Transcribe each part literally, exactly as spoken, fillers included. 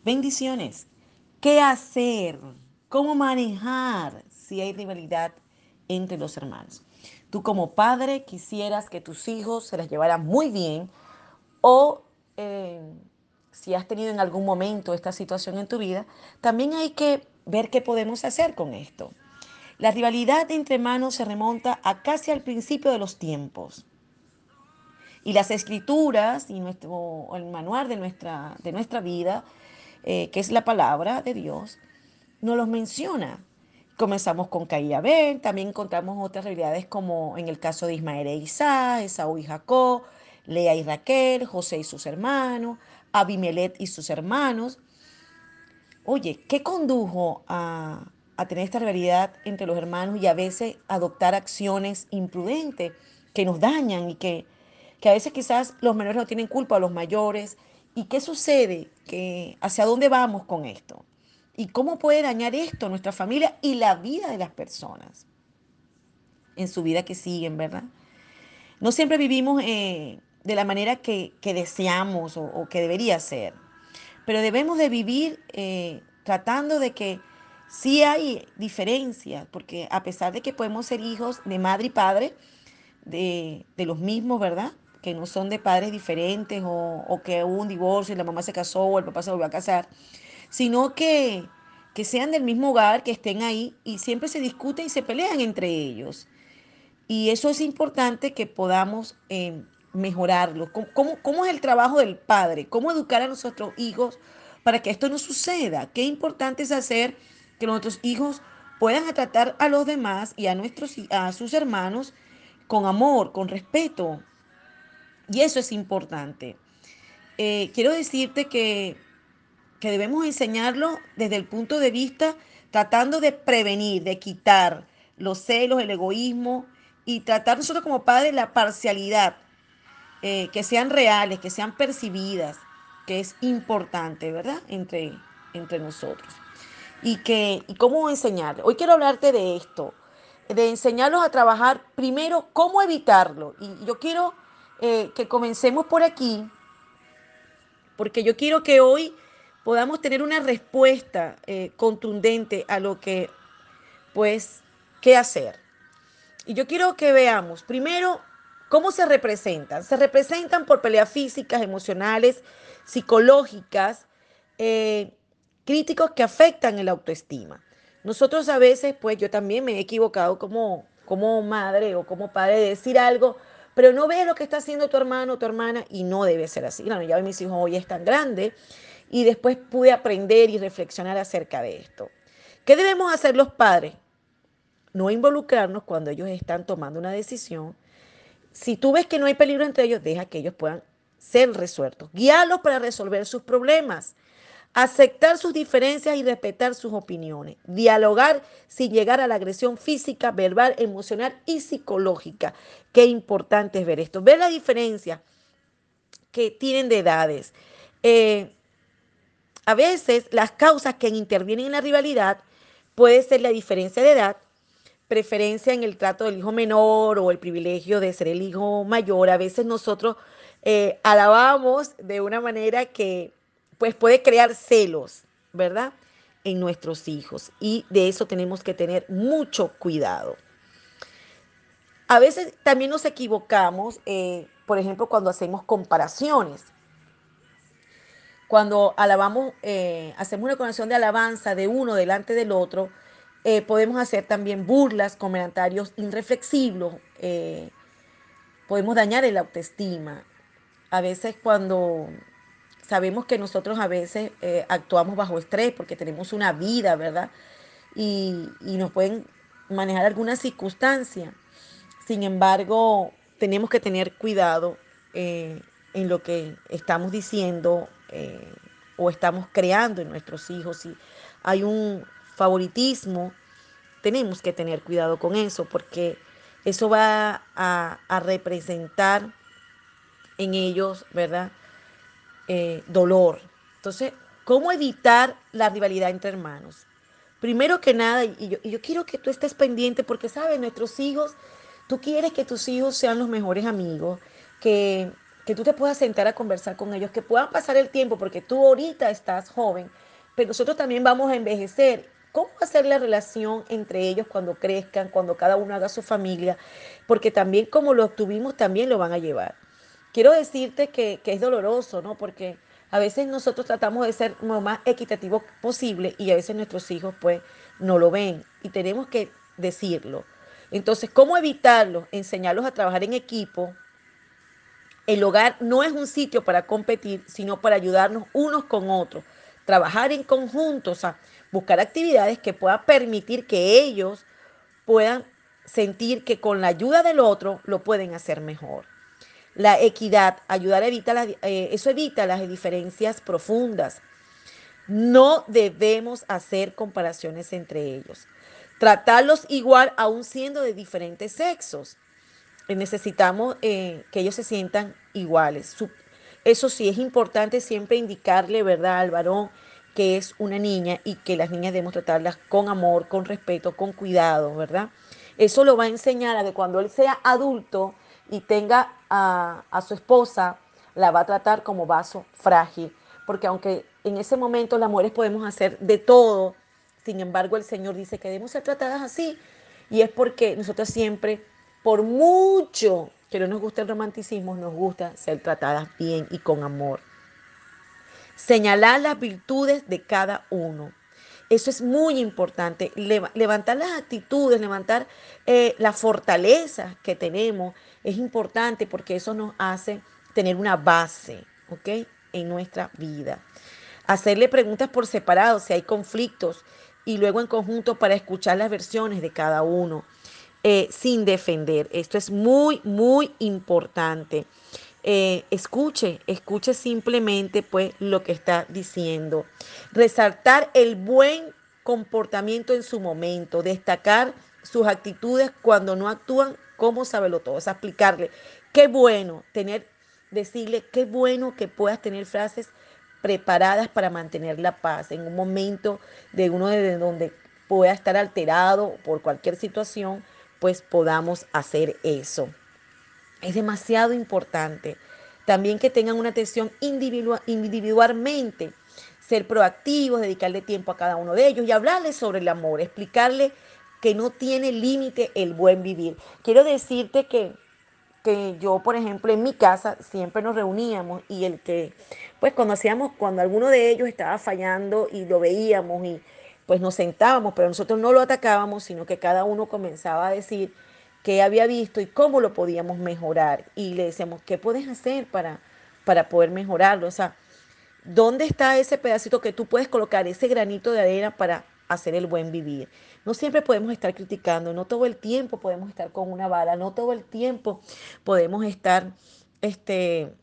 Bendiciones. ¿Qué hacer? ¿Cómo manejar si hay rivalidad entre los hermanos? Tú como padre quisieras que tus hijos se las llevaran muy bien o eh, si has tenido en algún momento esta situación en tu vida, también hay que ver qué podemos hacer con esto. La rivalidad entre hermanos se remonta a casi al principio de los tiempos. Y las escrituras y nuestro, el manual de nuestra, de nuestra vida, eh, que es la palabra de Dios, nos los menciona. Comenzamos con Caín y Abel, también encontramos otras realidades como en el caso de Ismael e Isaac, Esaú y Jacob, Lea y Raquel, José y sus hermanos, Abimelech y sus hermanos. Oye, ¿qué condujo a, a tener esta rivalidad entre los hermanos y a veces adoptar acciones imprudentes que nos dañan y que, que a veces quizás los menores no tienen culpa a los mayores? ¿Y qué sucede? ¿Que hacia dónde vamos con esto? ¿Y cómo puede dañar esto nuestra familia y la vida de las personas en su vida que siguen, verdad? No siempre vivimos eh, de la manera que, que deseamos o, o que debería ser. Pero debemos de vivir eh, tratando de que sí hay diferencias, porque a pesar de que podemos ser hijos de madre y padre, de, de los mismos, ¿verdad? Que no son de padres diferentes o, o que hubo un divorcio y la mamá se casó o el papá se volvió a casar, sino que, que sean del mismo hogar, que estén ahí y siempre se discuten y se pelean entre ellos. Y eso es importante que podamos eh, mejorarlo. ¿Cómo, cómo, cómo es el trabajo del padre? ¿Cómo educar a nuestros hijos para que esto no suceda? Qué importante es hacer que nuestros hijos puedan tratar a los demás y a, nuestros, a sus hermanos con amor, con respeto. Y eso es importante. Eh, quiero decirte que, que debemos enseñarlo desde el punto de vista tratando de prevenir, de quitar los celos, el egoísmo y tratar nosotros como padres la parcialidad, eh, que sean reales, que sean percibidas, que es importante, ¿verdad? Entre, entre nosotros. Y, que, y cómo enseñar. Hoy quiero hablarte de esto, de enseñarlos a trabajar primero cómo evitarlo. Y yo quiero eh, que comencemos por aquí, porque yo quiero que hoy podamos tener una respuesta eh, contundente a lo que, pues, qué hacer. Y yo quiero que veamos, primero, cómo se representan. Se representan por peleas físicas, emocionales, psicológicas, eh, críticos que afectan el autoestima. Nosotros a veces, pues yo también me he equivocado como, como madre o como padre de decir algo, pero no ves lo que está haciendo tu hermano o tu hermana y no debe ser así. Bueno, ya mis hijos hoy están grandes y después pude aprender y reflexionar acerca de esto. ¿Qué debemos hacer los padres? No involucrarnos cuando ellos están tomando una decisión. Si tú ves que no hay peligro entre ellos, deja que ellos puedan ser resueltos. Guíalos para resolver sus problemas. Aceptar sus diferencias y respetar sus opiniones. Dialogar sin llegar a la agresión física, verbal, emocional y psicológica. Qué importante es ver esto. Ver la diferencia que tienen de edades. Eh, a veces las causas que intervienen en la rivalidad puede ser la diferencia de edad, preferencia en el trato del hijo menor o el privilegio de ser el hijo mayor. A veces nosotros eh, alabamos de una manera que pues puede crear celos, ¿verdad? En nuestros hijos. Y de eso tenemos que tener mucho cuidado. A veces también nos equivocamos, eh, por ejemplo, cuando hacemos comparaciones. Cuando alabamos, eh, hacemos una conexión de alabanza de uno delante del otro, eh, podemos hacer también burlas, comentarios irreflexivos, eh, podemos dañar el autoestima. A veces cuando sabemos que nosotros a veces eh, actuamos bajo estrés porque tenemos una vida, ¿verdad? Y, y nos pueden manejar alguna circunstancia. Sin embargo, tenemos que tener cuidado eh, en lo que estamos diciendo eh, o estamos creando en nuestros hijos. Si hay un favoritismo, tenemos que tener cuidado con eso porque eso va a, a representar en ellos, ¿verdad? Eh, dolor. Entonces, ¿cómo evitar la rivalidad entre hermanos? Primero que nada, y yo, y yo quiero que tú estés pendiente porque, ¿sabes? Nuestros hijos, tú quieres que tus hijos sean los mejores amigos, que que tú te puedas sentar a conversar con ellos, que puedan pasar el tiempo, porque tú ahorita estás joven, pero nosotros también vamos a envejecer. ¿Cómo va a ser la relación entre ellos cuando crezcan, cuando cada uno haga su familia? Porque también como lo tuvimos, también lo van a llevar. Quiero decirte que, que es doloroso, ¿no? Porque a veces nosotros tratamos de ser lo más equitativo posible y a veces nuestros hijos pues no lo ven y tenemos que decirlo. Entonces, ¿cómo evitarlo? Enseñarlos a trabajar en equipo. El hogar no es un sitio para competir, sino para ayudarnos unos con otros. Trabajar en conjunto, o sea, buscar actividades que puedan permitir que ellos puedan sentir que con la ayuda del otro lo pueden hacer mejor. La equidad, ayudar a evitar las, eh, eso evita las diferencias profundas. No debemos hacer comparaciones entre ellos. Tratarlos igual aún siendo de diferentes sexos. Necesitamos eh, que ellos se sientan iguales. Su- eso sí, es importante siempre indicarle, ¿verdad?, al varón que es una niña y que las niñas debemos tratarlas con amor, con respeto, con cuidado, ¿verdad? Eso lo va a enseñar a que cuando él sea adulto y tenga a, a su esposa, la va a tratar como vaso frágil. Porque aunque en ese momento las mujeres podemos hacer de todo, sin embargo el Señor dice que debemos ser tratadas así. Y es porque nosotros siempre, por mucho que no nos guste el romanticismo, nos gusta ser tratadas bien y con amor. Señalar las virtudes de cada uno. Eso es muy importante. Levantar las actitudes, levantar eh, las fortalezas que tenemos es importante porque eso nos hace tener una base, ¿ok?, en nuestra vida. Hacerle preguntas por separado si hay conflictos y luego en conjunto para escuchar las versiones de cada uno, eh, sin defender. Esto es muy, muy importante. Eh, escuche, escuche simplemente pues lo que está diciendo. Resaltar el buen comportamiento en su momento, destacar sus actitudes cuando no actúan como sabelo todo. O sea, explicarle qué bueno tener, decirle qué bueno que puedas tener frases preparadas para mantener la paz en un momento de uno de donde pueda estar alterado por cualquier situación, pues podamos hacer eso. Es demasiado importante. También que tengan una atención individual, individualmente, ser proactivos, dedicarle tiempo a cada uno de ellos y hablarles sobre el amor, explicarle que no tiene límite el buen vivir. Quiero decirte que, que yo, por ejemplo, en mi casa siempre nos reuníamos y el que, pues cuando hacíamos, cuando alguno de ellos estaba fallando y lo veíamos y pues nos sentábamos, pero nosotros no lo atacábamos, sino que cada uno comenzaba a decir qué había visto y cómo lo podíamos mejorar. Y le decíamos, ¿qué puedes hacer para, para poder mejorarlo? O sea, ¿dónde está ese pedacito que tú puedes colocar, ese granito de arena para hacer el buen vivir? No siempre podemos estar criticando, no todo el tiempo podemos estar con una bala, no todo el tiempo podemos estar, este,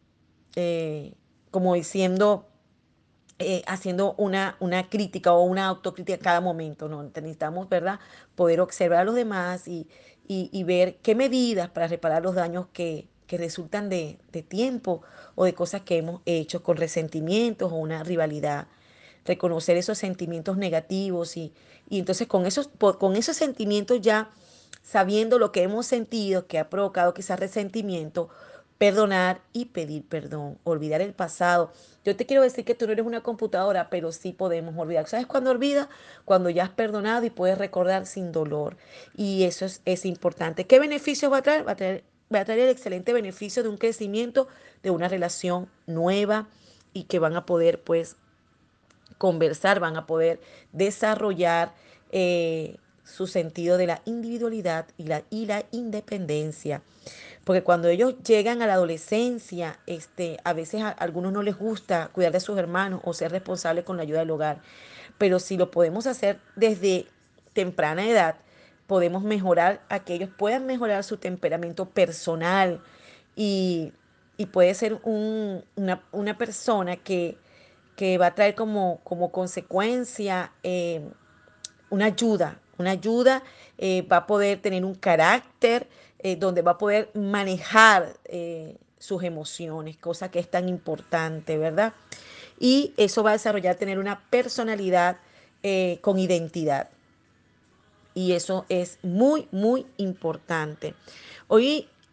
eh, como diciendo, eh, haciendo una, una crítica o una autocrítica a cada momento, ¿no? Necesitamos, ¿verdad?, poder observar a los demás y, y, y ver qué medidas para reparar los daños que, que resultan de, de tiempo o de cosas que hemos hecho con resentimientos o una rivalidad. Reconocer esos sentimientos negativos y, y entonces con esos, con esos sentimientos ya sabiendo lo que hemos sentido que ha provocado quizás resentimiento, perdonar y pedir perdón, olvidar el pasado. Yo te quiero decir que tú no eres una computadora, pero sí podemos olvidar. ¿Sabes cuándo olvidas? Cuando ya has perdonado y puedes recordar sin dolor. Y eso es, es importante. ¿Qué beneficios va a traer? Va a traer, va a traer el excelente beneficio de un crecimiento, de una relación nueva y que van a poder pues conversar, van a poder desarrollar eh, su sentido de la individualidad y la, y la independencia. Porque cuando ellos llegan a la adolescencia, este, a veces a algunos no les gusta cuidar de sus hermanos o ser responsables con la ayuda del hogar. Pero si lo podemos hacer desde temprana edad, podemos mejorar a que ellos puedan mejorar su temperamento personal y, y puede ser un, una, una persona que, que va a traer como, como consecuencia eh, una ayuda, una ayuda, eh, va a poder tener un carácter eh, donde va a poder manejar eh, sus emociones, cosa que es tan importante, ¿verdad? Y eso va a desarrollar tener una personalidad eh, con identidad. Y eso es muy, muy importante. Hoy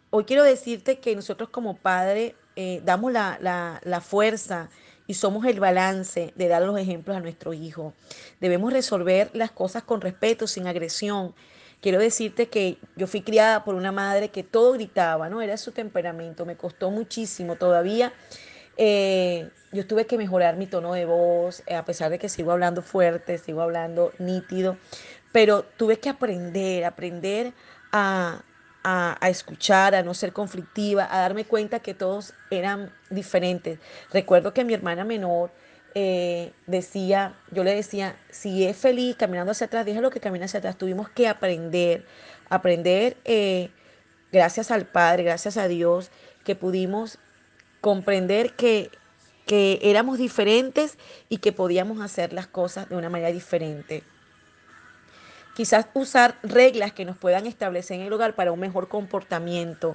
hoy quiero decirte que nosotros como padre eh, damos la, la, la fuerza y somos el balance de dar los ejemplos a nuestro hijo. Debemos resolver las cosas con respeto, sin agresión. Quiero decirte que yo fui criada por una madre que todo gritaba, ¿no? Era su temperamento, me costó muchísimo todavía. Eh, yo tuve que mejorar mi tono de voz, eh, a pesar de que sigo hablando fuerte, sigo hablando nítido, pero tuve que aprender, aprender a, a, a escuchar, a no ser conflictiva, a darme cuenta que todos eran diferentes. Recuerdo que mi hermana menor eh, decía, yo le decía, si es feliz caminando hacia atrás, déjalo que camine hacia atrás. Tuvimos que aprender, aprender, eh, gracias al Padre, gracias a Dios, que pudimos comprender que, que éramos diferentes y que podíamos hacer las cosas de una manera diferente. Quizás usar reglas que nos puedan establecer en el hogar para un mejor comportamiento.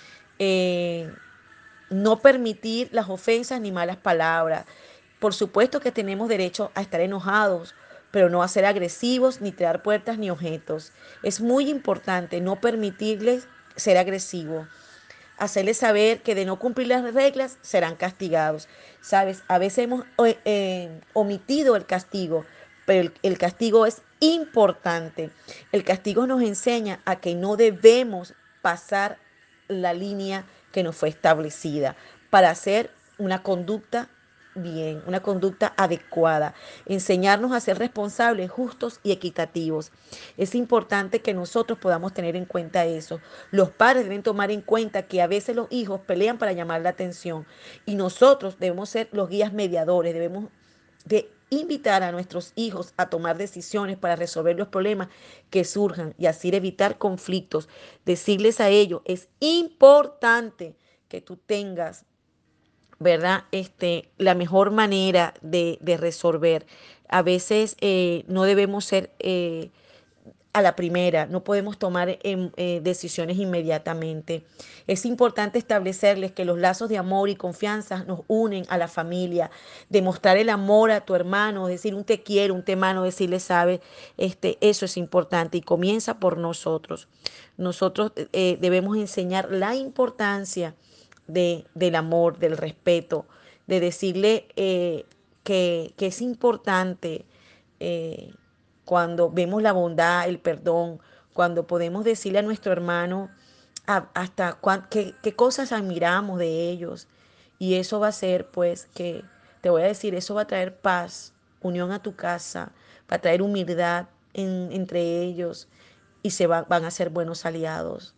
Eh, no permitir las ofensas ni malas palabras. Por supuesto que tenemos derecho a estar enojados, pero no a ser agresivos, ni tirar puertas ni objetos. Es muy importante no permitirles ser agresivos, hacerles saber que de no cumplir las reglas serán castigados. Sabes, a veces hemos eh, eh, omitido el castigo, pero el, el castigo es importante. El castigo nos enseña a que no debemos pasar la línea que nos fue establecida para hacer una conducta bien, una conducta adecuada, enseñarnos a ser responsables, justos y equitativos. Es importante que nosotros podamos tener en cuenta eso. Los padres deben tomar en cuenta que a veces los hijos pelean para llamar la atención y nosotros debemos ser los guías mediadores, debemos de invitar a nuestros hijos a tomar decisiones para resolver los problemas que surjan y así evitar conflictos. Decirles a ellos, es importante que tú tengas, ¿verdad? Este, la mejor manera de, de resolver. A veces eh, no debemos ser eh, a la primera, no podemos tomar eh, eh, decisiones inmediatamente. Es importante establecerles que los lazos de amor y confianza nos unen a la familia, demostrar el amor a tu hermano, decir un te quiero, un te mano, decirle, sabe, este, eso es importante y comienza por nosotros. Nosotros eh, debemos enseñar la importancia de, del amor, del respeto, de decirle eh, que, que, es importante eh, cuando vemos la bondad, el perdón, cuando podemos decirle a nuestro hermano a, hasta cuan, qué, qué cosas admiramos de ellos. Y eso va a ser, pues, que, te voy a decir, eso va a traer paz, unión a tu casa, va a traer humildad en, entre ellos y se va, van a ser buenos aliados.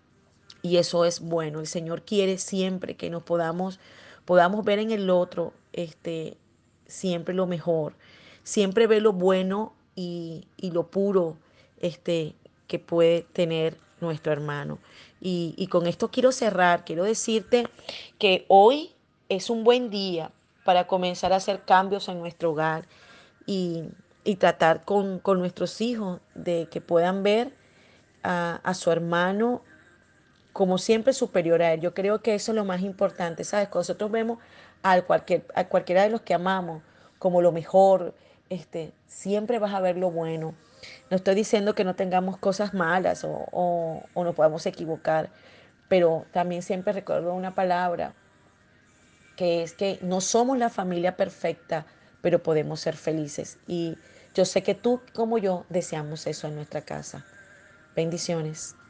Y eso es bueno. El Señor quiere siempre que nos podamos, podamos ver en el otro este, siempre lo mejor. Siempre ver lo bueno y, y lo puro este, que puede tener nuestro hermano. Y, y con esto quiero cerrar. Quiero decirte que hoy es un buen día para comenzar a hacer cambios en nuestro hogar y, y tratar con, con nuestros hijos de que puedan ver a, a su hermano como siempre superior a él. Yo creo que eso es lo más importante, ¿sabes? Cuando nosotros vemos a, cualquier, a cualquiera de los que amamos como lo mejor, este, siempre vas a ver lo bueno. No estoy diciendo que no tengamos cosas malas o, o, o nos podamos equivocar, pero también siempre recuerdo una palabra que es que no somos la familia perfecta, pero podemos ser felices. Y yo sé que tú como yo deseamos eso en nuestra casa. Bendiciones.